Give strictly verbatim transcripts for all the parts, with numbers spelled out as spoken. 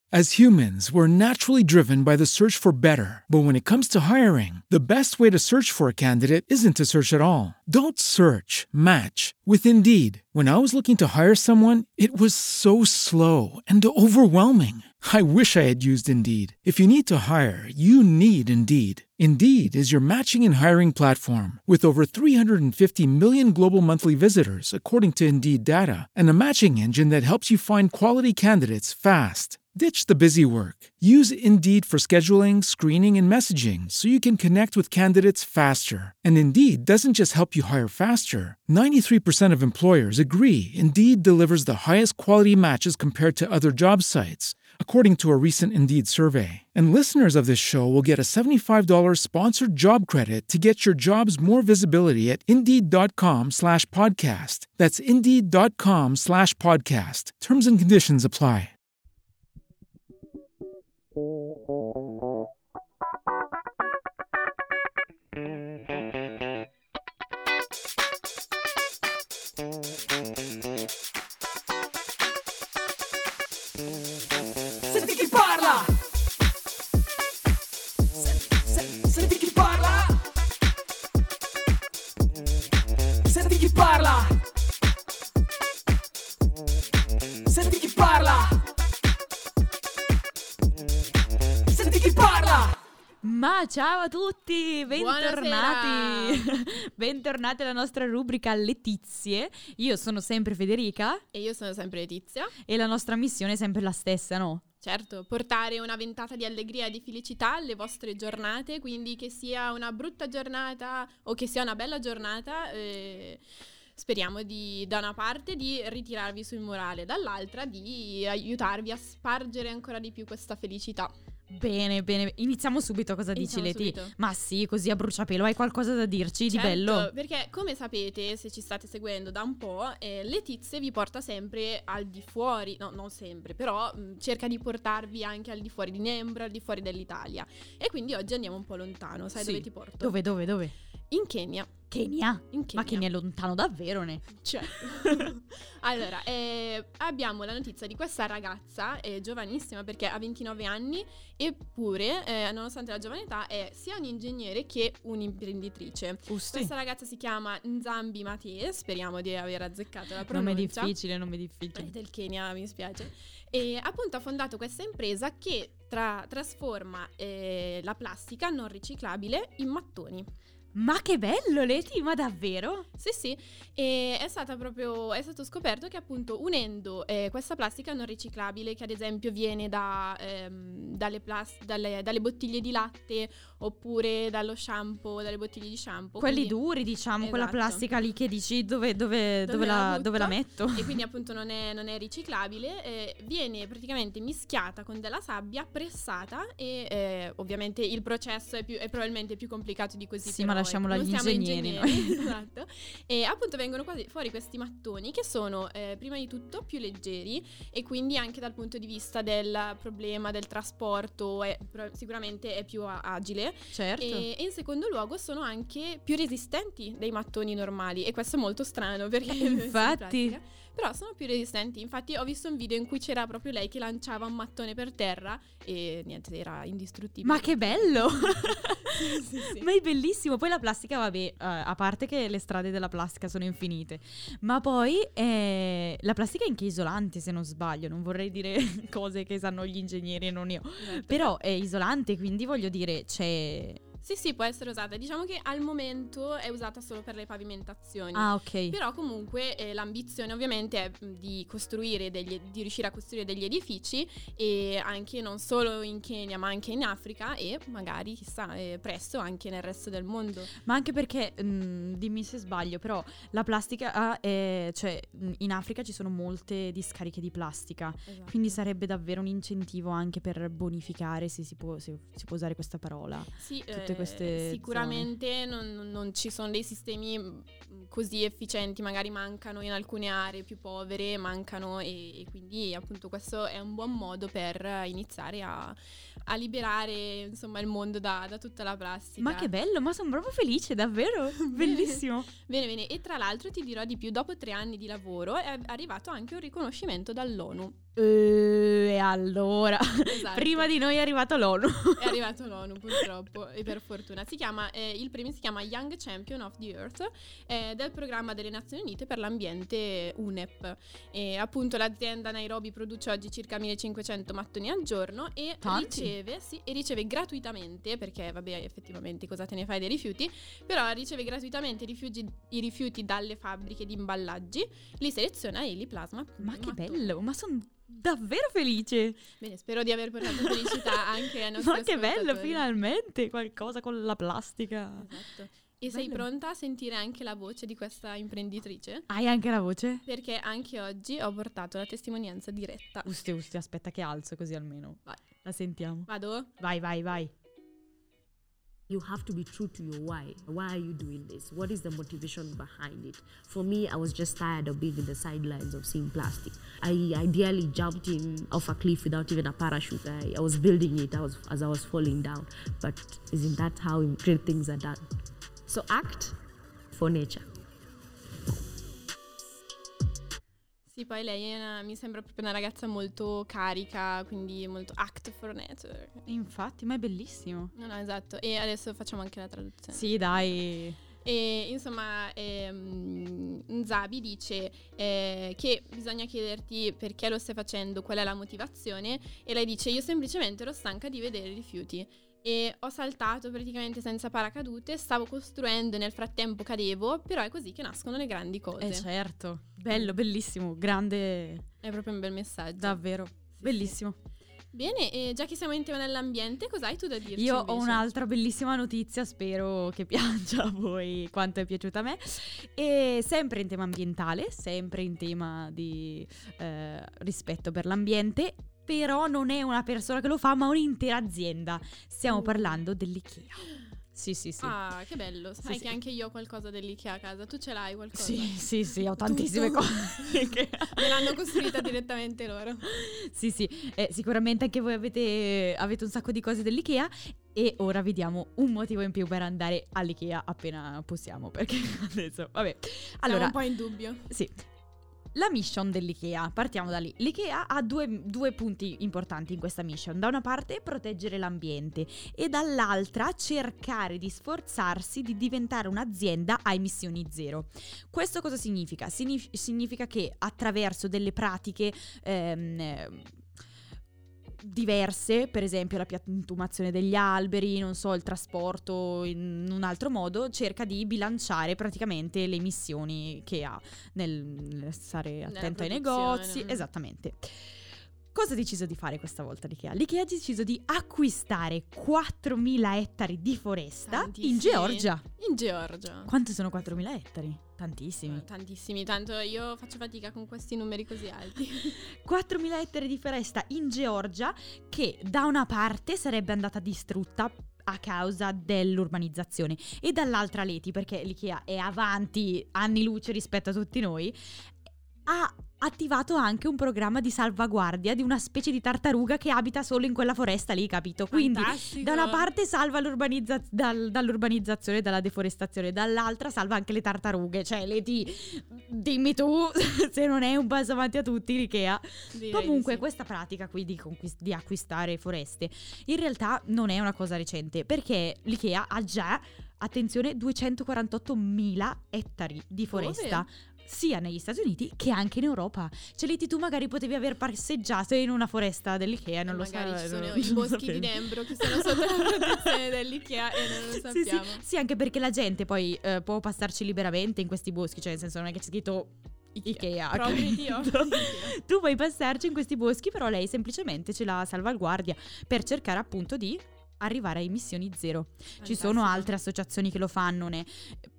As humans, we're naturally driven by the search for better. But when it comes to hiring, the best way to search for a candidate isn't to search at all. Don't search, match with Indeed. When I was looking to hire someone, it was so slow and overwhelming. I wish I had used Indeed. If you need to hire, you need Indeed. Indeed is your matching and hiring platform with over three hundred fifty million global monthly visitors, according to Indeed data, and a matching engine that helps you find quality candidates fast. Ditch the busy work. Use Indeed for scheduling, screening, and messaging so you can connect with candidates faster. And Indeed doesn't just help you hire faster. ninety-three percent of employers agree Indeed delivers the highest quality matches compared to other job sites, according to a recent Indeed survey. And listeners of this show will get a seventy-five dollars sponsored job credit to get your jobs more visibility at Indeed.com slash podcast. That's Indeed.com slash podcast. Terms and conditions apply. Senti chi parla! Senti chi parla! Senti chi parla! Senti chi parla! Senti chi parla! Ma ciao a tutti, bentornati. Bentornati alla nostra rubrica Letizie. Io sono sempre Federica E io sono sempre Letizia. e la nostra missione è sempre la stessa, no? Certo, portare una ventata di allegria e di felicità alle vostre giornate, quindi che sia una brutta giornata o che sia una bella giornata, eh, speriamo di, da una parte, di ritirarvi sul morale, dall'altra di aiutarvi a spargere ancora di più questa felicità. Bene, bene, iniziamo subito. Cosa Iniziamo dici, Leti? subito. Ma sì, così a bruciapelo, hai qualcosa da dirci di Certo, bello? perché come sapete, se ci state seguendo da un po', eh, Letizia vi porta sempre al di fuori, no, non sempre, però mh, cerca di portarvi anche al di fuori di Nembro, al di fuori dell'Italia. E quindi oggi andiamo un po' lontano, sai Sì. dove ti porto? Dove, dove, dove? In Kenya. Kenya? In Kenya. Ma Kenya è lontano davvero, ne? Cioè. Allora, eh, abbiamo la notizia di questa ragazza, è giovanissima perché ha ventinove anni, eppure, eh, nonostante la giovane età, è sia un ingegnere che un'imprenditrice. Usti. Questa ragazza si chiama Nzambi Matee, speriamo di aver azzeccato la Nome pronuncia. difficile, nome È difficile. del Kenya, mi spiace. E appunto ha fondato questa impresa che tra- trasforma eh, la plastica non riciclabile in mattoni. Ma che bello, Leti, ma davvero? Sì, sì, e è stata proprio è stato scoperto che appunto unendo eh, questa plastica non riciclabile, che ad esempio viene da, ehm, dalle, plas- dalle, dalle bottiglie di latte oppure dallo shampoo, dalle bottiglie di shampoo. Quelli quindi- duri, diciamo, quella Esatto. plastica lì che dici dove, dove, Dove dove, la la, butto? dove la metto? E quindi appunto non è, non è riciclabile, eh, viene praticamente mischiata con della sabbia, pressata e eh, ovviamente il processo è, più, è probabilmente più complicato di così. Sì, però, ma lasciamolo ecco, agli non siamo ingegneri, ingegneri, esatto. E appunto vengono quasi fuori questi mattoni che sono eh, prima di tutto più leggeri e quindi anche dal punto di vista del problema del trasporto è, pro- sicuramente è più a- agile. Certo. E, e in secondo luogo sono anche più resistenti dei mattoni normali e questo è molto strano perché Eh, infatti. in pratica, però sono più resistenti. Infatti ho visto un video in cui c'era proprio lei che lanciava un mattone per terra e niente, era indistruttibile. Ma che bello! Sì, sì, sì. Ma è bellissimo. Poi la plastica, vabbè, eh, a parte che le strade della plastica sono infinite, ma poi eh, la plastica è anche isolante, se non sbaglio. Non vorrei dire cose che sanno gli ingegneri e non io. Esatto. Però è isolante, quindi voglio dire, c'è... Sì, sì, può essere usata. Diciamo che al momento è usata solo per le pavimentazioni. Ah, ok. Però comunque eh, l'ambizione ovviamente è mh, di costruire degli, di riuscire a costruire degli edifici e anche non solo in Kenya ma anche in Africa e magari chissà eh, presto anche nel resto del mondo. Ma anche perché, mh, dimmi se sbaglio, però la plastica, ah, è- cioè mh, in Africa ci sono molte discariche di plastica, Esatto. quindi sarebbe davvero un incentivo anche per bonificare, se si può, se si può usare questa parola. Sì, tutte eh, queste sicuramente non, non ci sono dei sistemi mh, così efficienti, magari mancano in alcune aree più povere, mancano e, e quindi appunto questo è un buon modo per iniziare a, a liberare insomma il mondo da, da tutta la plastica. Ma che bello, ma sono proprio felice, davvero, bellissimo. Bene, bene, e tra l'altro ti dirò di più, dopo tre anni di lavoro è arrivato anche un riconoscimento dall'ONU. E allora, Esatto. prima di noi è arrivato l'ONU. È arrivato l'ONU purtroppo e per fortuna. Si chiama, eh, il premio si chiama Young Champion of the Earth, eh, del programma delle Nazioni Unite per l'ambiente U N E P. E appunto l'azienda Nairobi produce oggi circa millecinquecento mattoni al giorno e Tanti. riceve, sì, e riceve gratuitamente, perché vabbè effettivamente cosa te ne fai dei rifiuti, però riceve gratuitamente i rifiuti, i rifiuti dalle fabbriche di imballaggi, li seleziona e li plasma. Ma che mattoni. bello, ma sono davvero felice. Bene, spero di aver portato felicità anche ai nostri Ma che bello, ascoltatori. finalmente qualcosa con la plastica. Esatto. E sei Bello. pronta a sentire anche la voce di questa imprenditrice? Hai anche la voce? Perché anche oggi ho portato la testimonianza diretta. Usti, usti, aspetta che alzo così almeno. Vai. La sentiamo. Vado? Vai, vai, vai. You have to be true to your why. Why are you doing this? What is the motivation behind it? For me, I was just tired of being in the sidelines of seeing plastic. I ideally jumped in off a cliff without even a parachute. I, I was building it I was, as I was falling down. But isn't that how great things are done? So act for nature. Sì, poi lei è una- mi sembra proprio una ragazza molto carica, quindi molto act for nature. Infatti, ma è bellissimo. No, no, esatto. E adesso facciamo anche la traduzione. Sì, dai. E insomma, ehm, Nzabi dice eh, che bisogna chiederti perché lo stai facendo, qual è la motivazione, e lei dice: io semplicemente ero stanca di vedere i rifiuti e ho saltato praticamente senza paracadute, stavo costruendo e nel frattempo cadevo, però è così che nascono le grandi cose. Eh certo. Bello, bellissimo, grande, È proprio un bel messaggio. davvero. Sì, Bellissimo. Bene, e già che siamo in tema dell'ambiente, cos'hai tu da dirci Io ho invece? un'altra bellissima notizia, spero che piaccia a voi quanto è piaciuta a me. E sempre in tema ambientale, sempre in tema di eh, rispetto per l'ambiente, però non è una persona che lo fa, ma un'intera azienda. Stiamo Uh. parlando dell'IKEA. Sì, sì, sì. Ah, che bello. Sai Sì, che sì. anche io ho qualcosa dell'IKEA a casa. Tu ce l'hai qualcosa? Sì, sì, sì, ho tantissime Tutto. cose. che- Me l'hanno costruita direttamente loro. Sì, sì, eh, sicuramente anche voi avete, avete un sacco di cose dell'IKEA e ora vediamo un motivo in più per andare all'IKEA appena possiamo, perché adesso, vabbè. Siamo Allora, un po' in dubbio. sì. La mission dell'IKEA, partiamo da lì. L'IKEA ha due, due punti importanti in questa mission. Da una parte proteggere l'ambiente e dall'altra cercare di sforzarsi di diventare un'azienda a emissioni zero. Questo cosa significa? Signif- significa che attraverso delle pratiche ehm, diverse, per esempio la piantumazione degli alberi, non so, il trasporto in un altro modo, cerca di bilanciare praticamente le emissioni che ha nel, nel stare attento ai produzione. negozi. Esattamente. Cosa ha deciso di fare questa volta l'IKEA? L'IKEA ha deciso di acquistare quattromila ettari di foresta Tantissimi. in Georgia. In Georgia. Quanti sono quattromila ettari? Tantissimi. Tantissimi, tanto io faccio fatica con questi numeri così alti. quattromila ettari di foresta in Georgia che da una parte sarebbe andata distrutta a causa dell'urbanizzazione e dall'altra Leti, perché l'IKEA è avanti anni luce rispetto a tutti noi, ha attivato anche un programma di salvaguardia di una specie di tartaruga che abita solo in quella foresta lì, capito? Quindi Fantastico. da una parte salva l'urbanizza- dal- dall'urbanizzazione, dalla deforestazione, dall'altra salva anche le tartarughe. Cioè, Leti, dimmi tu se non è un passo avanti a tutti l'IKEA. Direi Comunque di sì. questa pratica qui di, conquist- di acquistare foreste in realtà non è una cosa recente, perché l'IKEA ha già, attenzione, duecentoquarantottomila ettari di foresta. Sia negli Stati Uniti che anche in Europa. Cioè, Leti, tu magari potevi aver passeggiato in una foresta dell'IKEA, non lo so. Magari ci sono non- i non lo boschi di sapevi. Dembro che sono sotto la protezione dell'IKEA e non lo Sì, sappiamo. sì, sì, anche perché la gente poi eh, può passarci liberamente in questi boschi, cioè nel senso non è che c'è scritto IKEA. Property of capito? IKEA. Tu puoi passarci in questi boschi, però lei semplicemente ce la salvaguardia per cercare appunto di arrivare a emissioni zero. Ci sono Fantastico. altre associazioni che lo fanno, ne-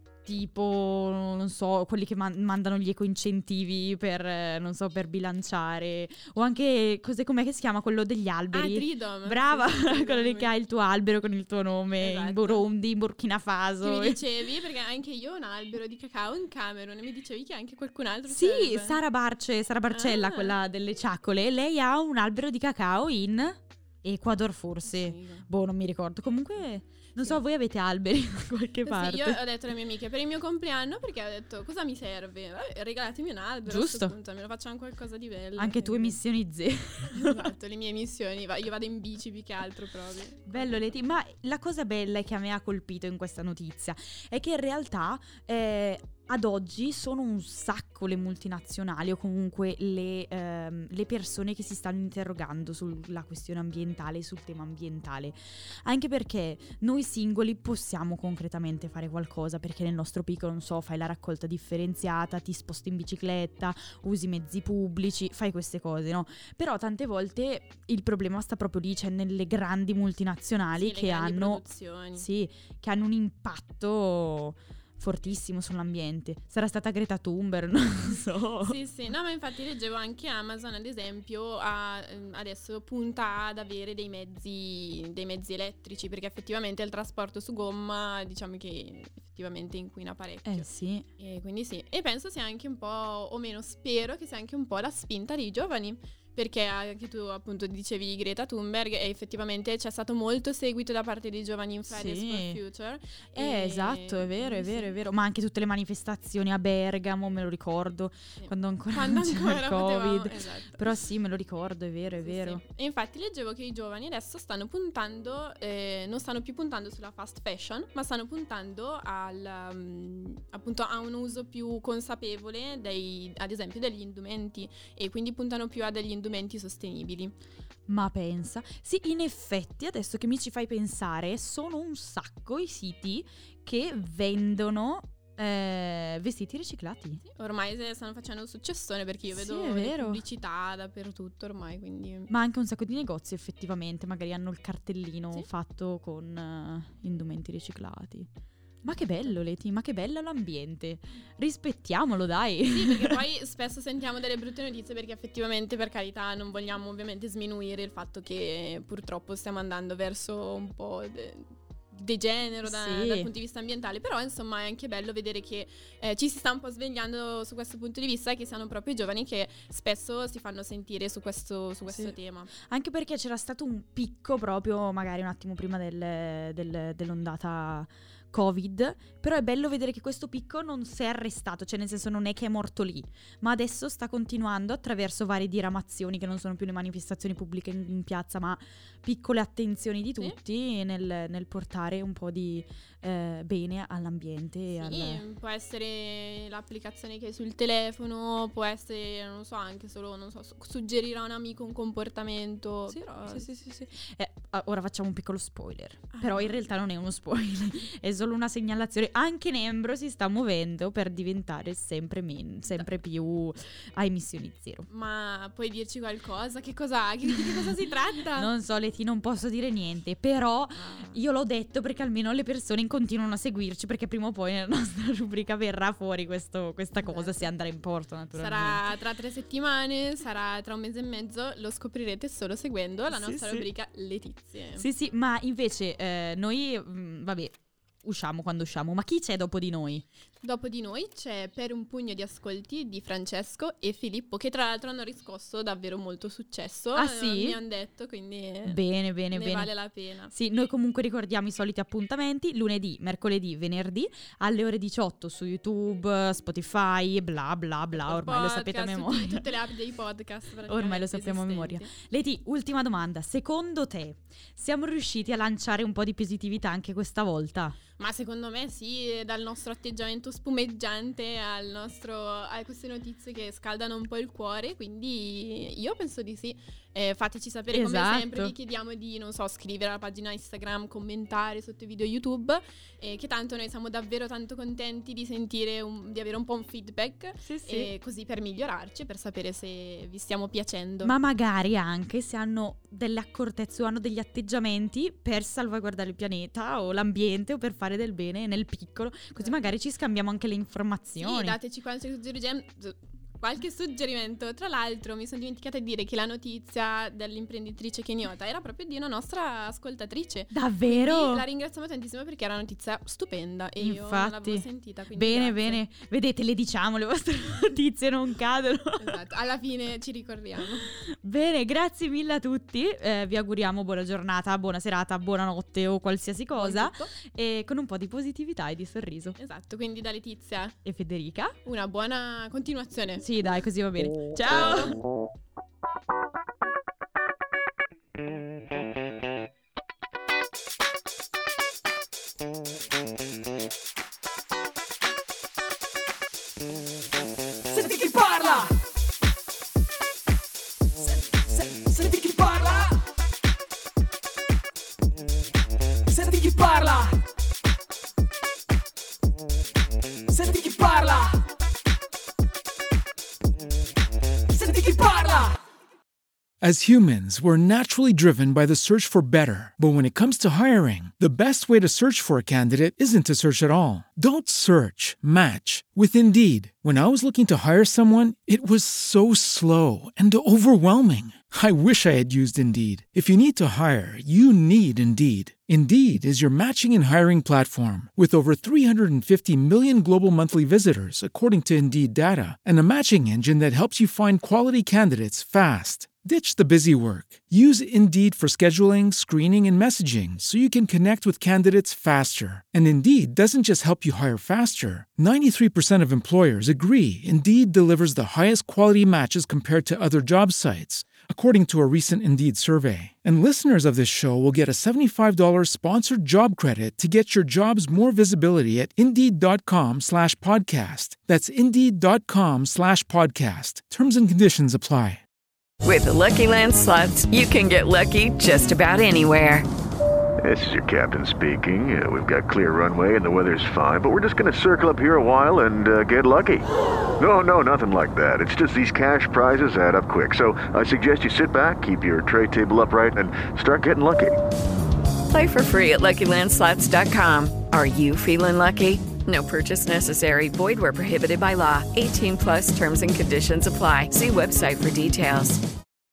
tipo, non so, quelli che man- mandano gli ecoincentivi per, eh, non so, per bilanciare, o anche cos'è, com'è che si chiama quello degli Ah, alberi? Tridom. Brava, Sì, sì, Tridom. quello lì che ha il tuo albero con il tuo nome in Esatto. Burundi, in Burkina Che Faso. mi dicevi, perché anche io ho un albero di cacao in Camerun e mi dicevi che anche qualcun altro Sì, ce l'aveva. Sara Barce, Sara Barcella, Ah. quella delle ciacole, lei ha un albero di cacao in Ecuador forse, Sì. boh, non mi ricordo. Comunque, non Sì. so, voi avete alberi da qualche Sì, parte? io ho detto alle mie amiche per il mio compleanno, perché ho detto cosa mi serve? Vabbè, regalatemi un albero, a Giusto. questo punto, almeno facciamo qualcosa di bello. Anche tu quindi- emissioni zero. Esatto, le mie emissioni, va- io vado in bici più che altro proprio. Bello Leti, ma la cosa bella che a me ha colpito in questa notizia è che in realtà eh, ad oggi sono un sacco le multinazionali o comunque le, ehm, le persone che si stanno interrogando sulla questione ambientale, sul tema ambientale, anche perché noi singoli possiamo concretamente fare qualcosa, perché nel nostro piccolo, non so, fai la raccolta differenziata, ti sposti in bicicletta, usi mezzi pubblici, fai queste cose, no? Però tante volte il problema sta proprio lì, cioè nelle grandi multinazionali Sì, le che grandi hanno produzioni. sì, che hanno un impatto fortissimo sull'ambiente. Sarà stata Greta Thunberg, non so. Sì, sì, no, ma infatti leggevo anche Amazon, ad esempio, ha, ehm, adesso punta ad avere dei mezzi, dei mezzi elettrici, perché effettivamente il trasporto su gomma, diciamo che effettivamente inquina parecchio. Eh sì. E quindi sì, e penso sia anche un po', o meno spero che sia anche un po' la spinta dei giovani, perché anche tu appunto dicevi Greta Thunberg e effettivamente c'è stato molto seguito da parte dei giovani in Fridays Sì. for Future. Eh, e- esatto, è vero, è quindi vero, sì. è vero. Ma anche tutte le manifestazioni a Bergamo, me lo ricordo, Sì. quando ancora Quando non c'era ancora il potevamo, Covid. esatto. Però sì, me lo ricordo, è vero, è Sì, vero. sì. E infatti leggevo che i giovani adesso stanno puntando, eh, non stanno più puntando sulla fast fashion, ma stanno puntando al, um, appunto a un uso più consapevole dei, ad esempio degli indumenti, e quindi puntano più a degli indumenti sostenibili. Ma pensa, sì, in effetti, adesso che mi ci fai pensare, sono un sacco i siti che vendono eh, vestiti riciclati. Sì, ormai se stanno facendo un successone, perché io Sì, vedo è le vero. pubblicità dappertutto ormai, quindi... Ma anche un sacco di negozi effettivamente, magari hanno il cartellino Sì. fatto con eh, indumenti riciclati. Ma che bello Leti, ma che bello l'ambiente. Rispettiamolo, dai. Sì, perché poi spesso sentiamo delle brutte notizie, perché effettivamente, per carità, non vogliamo ovviamente sminuire il fatto che purtroppo stiamo andando verso un po' de- degenero da- Sì. dal punto di vista ambientale, però insomma è anche bello vedere che eh, ci si sta un po' svegliando su questo punto di vista, e che siano proprio i giovani che spesso si fanno sentire su questo, su questo Sì. tema. Anche perché c'era stato un picco proprio magari un attimo prima del- del- dell'ondata Covid, però è bello vedere che questo picco non si è arrestato, cioè nel senso non è che è morto lì, ma adesso sta continuando attraverso varie diramazioni che non sono più le manifestazioni pubbliche in, in piazza, ma piccole attenzioni di Sì. tutti nel, nel portare un po' di eh, bene all'ambiente e Sì, al... può essere l'applicazione che hai sul telefono, può essere, non so, anche solo, non so, su- suggerire a un amico un comportamento. Sì, però- sì, sì, sì, sì. Eh, ah, ora facciamo un piccolo spoiler. Ah. Però in realtà non è uno spoiler, è solo una segnalazione. Anche Nembro si sta muovendo per diventare sempre, men- sempre più a emissioni zero. Ma puoi dirci qualcosa? Che cosa, di che cosa si tratta? Non so, Leti, non posso dire niente, però Ah. io l'ho detto perché almeno le persone continuano a seguirci, perché prima o poi nella nostra rubrica verrà fuori questo- questa cosa, Esatto. se andrà in porto naturalmente. Sarà tra tre settimane, sarà tra un mese e mezzo, lo scoprirete solo seguendo la Sì, nostra sì. rubrica Letizie. Sì, sì, ma invece eh, noi, mh, vabbè, usciamo quando usciamo, ma chi c'è dopo di noi? Dopo di noi c'è Per un pugno di ascolti di Francesco e Filippo, che tra l'altro hanno riscosso davvero molto successo. Ah, eh, sì? Mi hanno detto, quindi Bene, bene, ne bene. vale la pena. Sì, noi comunque ricordiamo i soliti appuntamenti, lunedì, mercoledì, venerdì, alle ore diciotto su YouTube, Spotify, bla bla bla, ormai lo sapete a Podcast, memoria. tutti- Tutte le app dei podcast praticamente Ormai lo sappiamo a esistenti. memoria. Leti, ultima domanda, secondo te siamo riusciti a lanciare un po' di positività anche questa volta? Ma secondo me sì, dal nostro atteggiamento spumeggiante al nostro, a queste notizie che scaldano un po' il cuore, quindi io penso di sì. Eh, fateci sapere, Esatto. come sempre vi chiediamo di, non so, scrivere alla pagina Instagram, commentare sotto i video YouTube, eh, che tanto noi siamo davvero tanto contenti di sentire, un- di avere un po' un feedback, Sì, e così per migliorarci, per sapere se vi stiamo piacendo. Ma magari anche se hanno delle accortezze o hanno degli atteggiamenti per salvaguardare il pianeta o l'ambiente o per fare del bene nel piccolo, così magari ci scambiamo anche le Sì, informazioni. dateci qualche suggerimento. Qualche suggerimento. Tra l'altro mi sono dimenticata di dire che la notizia dell'imprenditrice keniota era proprio di una nostra ascoltatrice. Davvero? Quindi la ringraziamo tantissimo perché era una notizia stupenda e io non l'avevo Infatti, sentita. quindi bene, grazie. bene. Vedete, le diciamo, le vostre notizie non cadono. Esatto, alla fine ci ricordiamo. Bene, grazie mille a tutti. Eh, vi auguriamo buona giornata, buona serata, buonanotte o qualsiasi cosa. Tutto. E con un po' di positività e di sorriso. Esatto, quindi da Letizia E Federica? una buona continuazione. Sì, dai, così va bene. Ciao! Senti chi parla. Se- se- Senti chi parla. Senti chi parla. Senti chi parla. Senti chi parla. As humans, we're naturally driven by the search for better. But when it comes to hiring, the best way to search for a candidate isn't to search at all. Don't search, match with Indeed. When I was looking to hire someone, it was so slow and overwhelming. I wish I had used Indeed. If you need to hire, you need Indeed. Indeed is your matching and hiring platform with over three hundred fifty million global monthly visitors, according to Indeed data, and a matching engine that helps you find quality candidates fast. Ditch the busy work. Use Indeed for scheduling, screening, and messaging so you can connect with candidates faster. And Indeed doesn't just help you hire faster. ninety-three percent of employers agree Indeed delivers the highest quality matches compared to other job sites, according to a recent Indeed survey. And listeners of this show will get a seventy-five dollars sponsored job credit to get your jobs more visibility at Indeed.com slash podcast. That's Indeed.com slash podcast. Terms and conditions apply. With the Lucky Land Slots, you can get lucky just about anywhere. This is your captain speaking. Uh, we've got clear runway and the weather's fine, but we're just going to circle up here a while and uh, get lucky. No, no, nothing like that. It's just these cash prizes add up quick. So I suggest you sit back, keep your tray table upright, and start getting lucky. Play for free at Lucky Land Slots dot com. Are you feeling lucky? No purchase necessary. Void where prohibited by law. eighteen plus terms and conditions apply. See website for details.